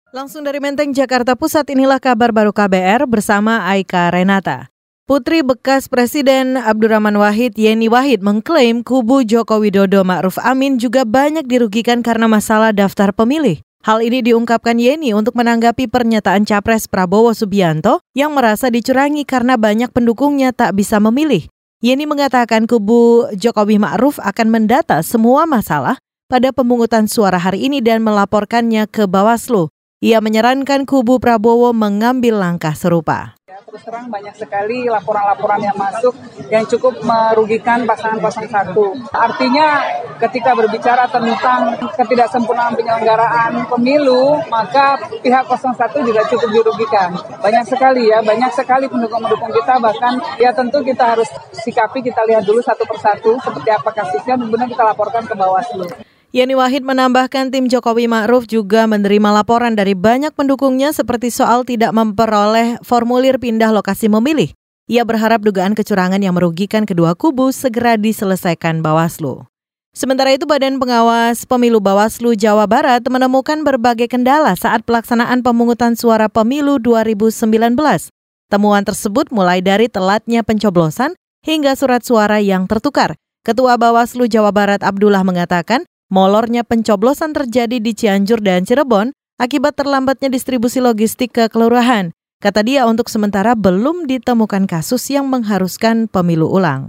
Langsung dari Menteng, Jakarta Pusat, inilah kabar baru KBR bersama Aika Renata. Putri bekas Presiden Abdurrahman Wahid, Yeni Wahid, mengklaim kubu Joko Widodo Ma'ruf Amin juga banyak dirugikan karena masalah daftar pemilih. Hal ini diungkapkan Yeni untuk menanggapi pernyataan Capres Prabowo Subianto yang merasa dicurangi karena banyak pendukungnya tak bisa memilih. Yeni mengatakan kubu Jokowi Ma'ruf akan mendata semua masalah pada pemungutan suara hari ini dan melaporkannya ke Bawaslu. Ia menyarankan kubu Prabowo mengambil langkah serupa. Terus terang banyak sekali laporan-laporan yang masuk yang cukup merugikan pasangan 01. Artinya ketika berbicara tentang ketidaksempurnaan penyelenggaraan pemilu, maka pihak 01 juga cukup dirugikan. Banyak sekali pendukung-pendukung kita, bahkan ya tentu kita harus sikapi, kita lihat dulu satu persatu seperti apa kasusnya, kemudian kita laporkan ke Bawaslu. Yeni Wahid menambahkan tim Jokowi Ma'ruf juga menerima laporan dari banyak pendukungnya seperti soal tidak memperoleh formulir pindah lokasi memilih. Ia berharap dugaan kecurangan yang merugikan kedua kubu segera diselesaikan Bawaslu. Sementara itu, Badan Pengawas Pemilu Bawaslu Jawa Barat menemukan berbagai kendala saat pelaksanaan pemungutan suara pemilu 2019. Temuan tersebut mulai dari telatnya pencoblosan hingga surat suara yang tertukar. Ketua Bawaslu Jawa Barat Abdullah mengatakan, molornya pencoblosan terjadi di Cianjur dan Cirebon akibat terlambatnya distribusi logistik ke kelurahan. Kata dia, untuk sementara belum ditemukan kasus yang mengharuskan pemilu ulang.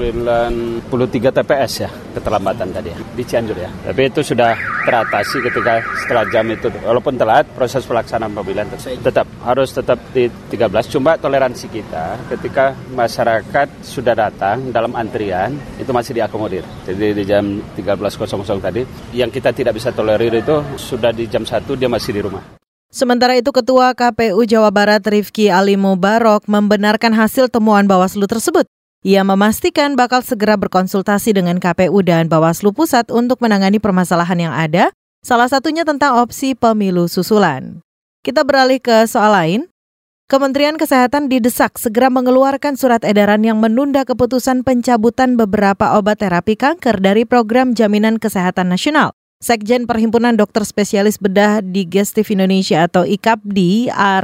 93 TPS ya, keterlambatan tadi ya, di Cianjur ya. Tapi itu sudah teratasi ketika setelah jam itu. Walaupun telat, proses pelaksanaan pemilihan harus tetap di 13. Cuma toleransi kita ketika masyarakat sudah datang dalam antrian, itu masih diakomodir. Jadi di jam 13.00 tadi, yang kita tidak bisa tolerir itu sudah di jam 1 dia masih di rumah. Sementara itu, Ketua KPU Jawa Barat Rifki Ali Mubarok membenarkan hasil temuan Bawaslu tersebut. Ia memastikan bakal segera berkonsultasi dengan KPU dan Bawaslu Pusat untuk menangani permasalahan yang ada, salah satunya tentang opsi pemilu susulan. Kita beralih ke soal lain. Kementerian Kesehatan didesak segera mengeluarkan surat edaran yang menunda keputusan pencabutan beberapa obat terapi kanker dari Program Jaminan Kesehatan Nasional. Sekjen Perhimpunan Dokter Spesialis Bedah Digestif Indonesia atau IKAPDI,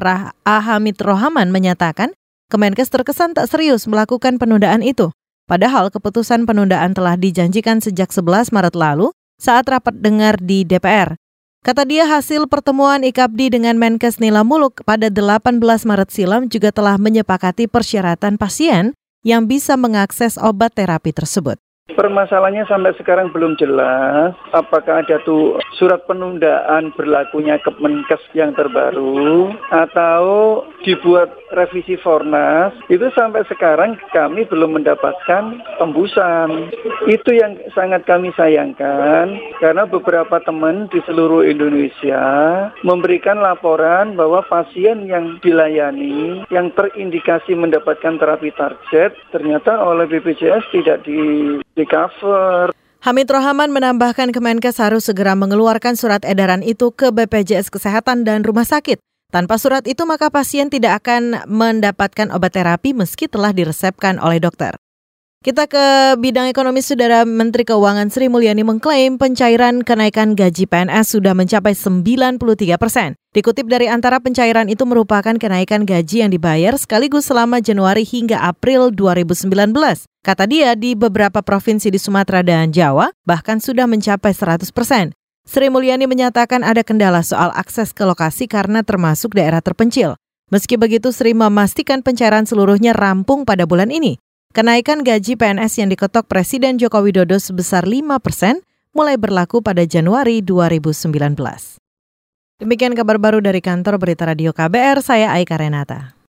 Hamid Rohaman menyatakan, Kemenkes terkesan tak serius melakukan penundaan itu. Padahal keputusan penundaan telah dijanjikan sejak 11 Maret lalu saat rapat dengar di DPR. Kata dia, hasil pertemuan IKAPDI dengan Menkes Nila Muluk pada 18 Maret silam juga telah menyepakati persyaratan pasien yang bisa mengakses obat terapi tersebut. Permasalahannya sampai sekarang belum jelas apakah ada tuh surat penundaan berlakunya Kemenkes yang terbaru atau dibuat revisi Fornas. Itu sampai sekarang kami belum mendapatkan tembusan. Itu yang sangat kami sayangkan karena beberapa teman di seluruh Indonesia memberikan laporan bahwa pasien yang dilayani yang terindikasi mendapatkan terapi target ternyata oleh BPJS tidak di cover. Hamid Rohaman menambahkan Kemenkes harus segera mengeluarkan surat edaran itu ke BPJS Kesehatan dan rumah sakit. Tanpa surat itu maka pasien tidak akan mendapatkan obat terapi meski telah diresepkan oleh dokter. Kita ke bidang ekonomi. Saudara Menteri Keuangan Sri Mulyani mengklaim pencairan kenaikan gaji PNS sudah mencapai 93%. Dikutip dari antara pencairan itu merupakan kenaikan gaji yang dibayar sekaligus selama Januari hingga April 2019. Kata dia, di beberapa provinsi di Sumatera dan Jawa bahkan sudah mencapai 100%. Sri Mulyani menyatakan ada kendala soal akses ke lokasi karena termasuk daerah terpencil. Meski begitu, Sri memastikan pencairan seluruhnya rampung pada bulan ini. Kenaikan gaji PNS yang diketok Presiden Joko Widodo sebesar 5% mulai berlaku pada Januari 2019. Demikian kabar baru dari kantor Berita Radio KBR, saya Aika Renata.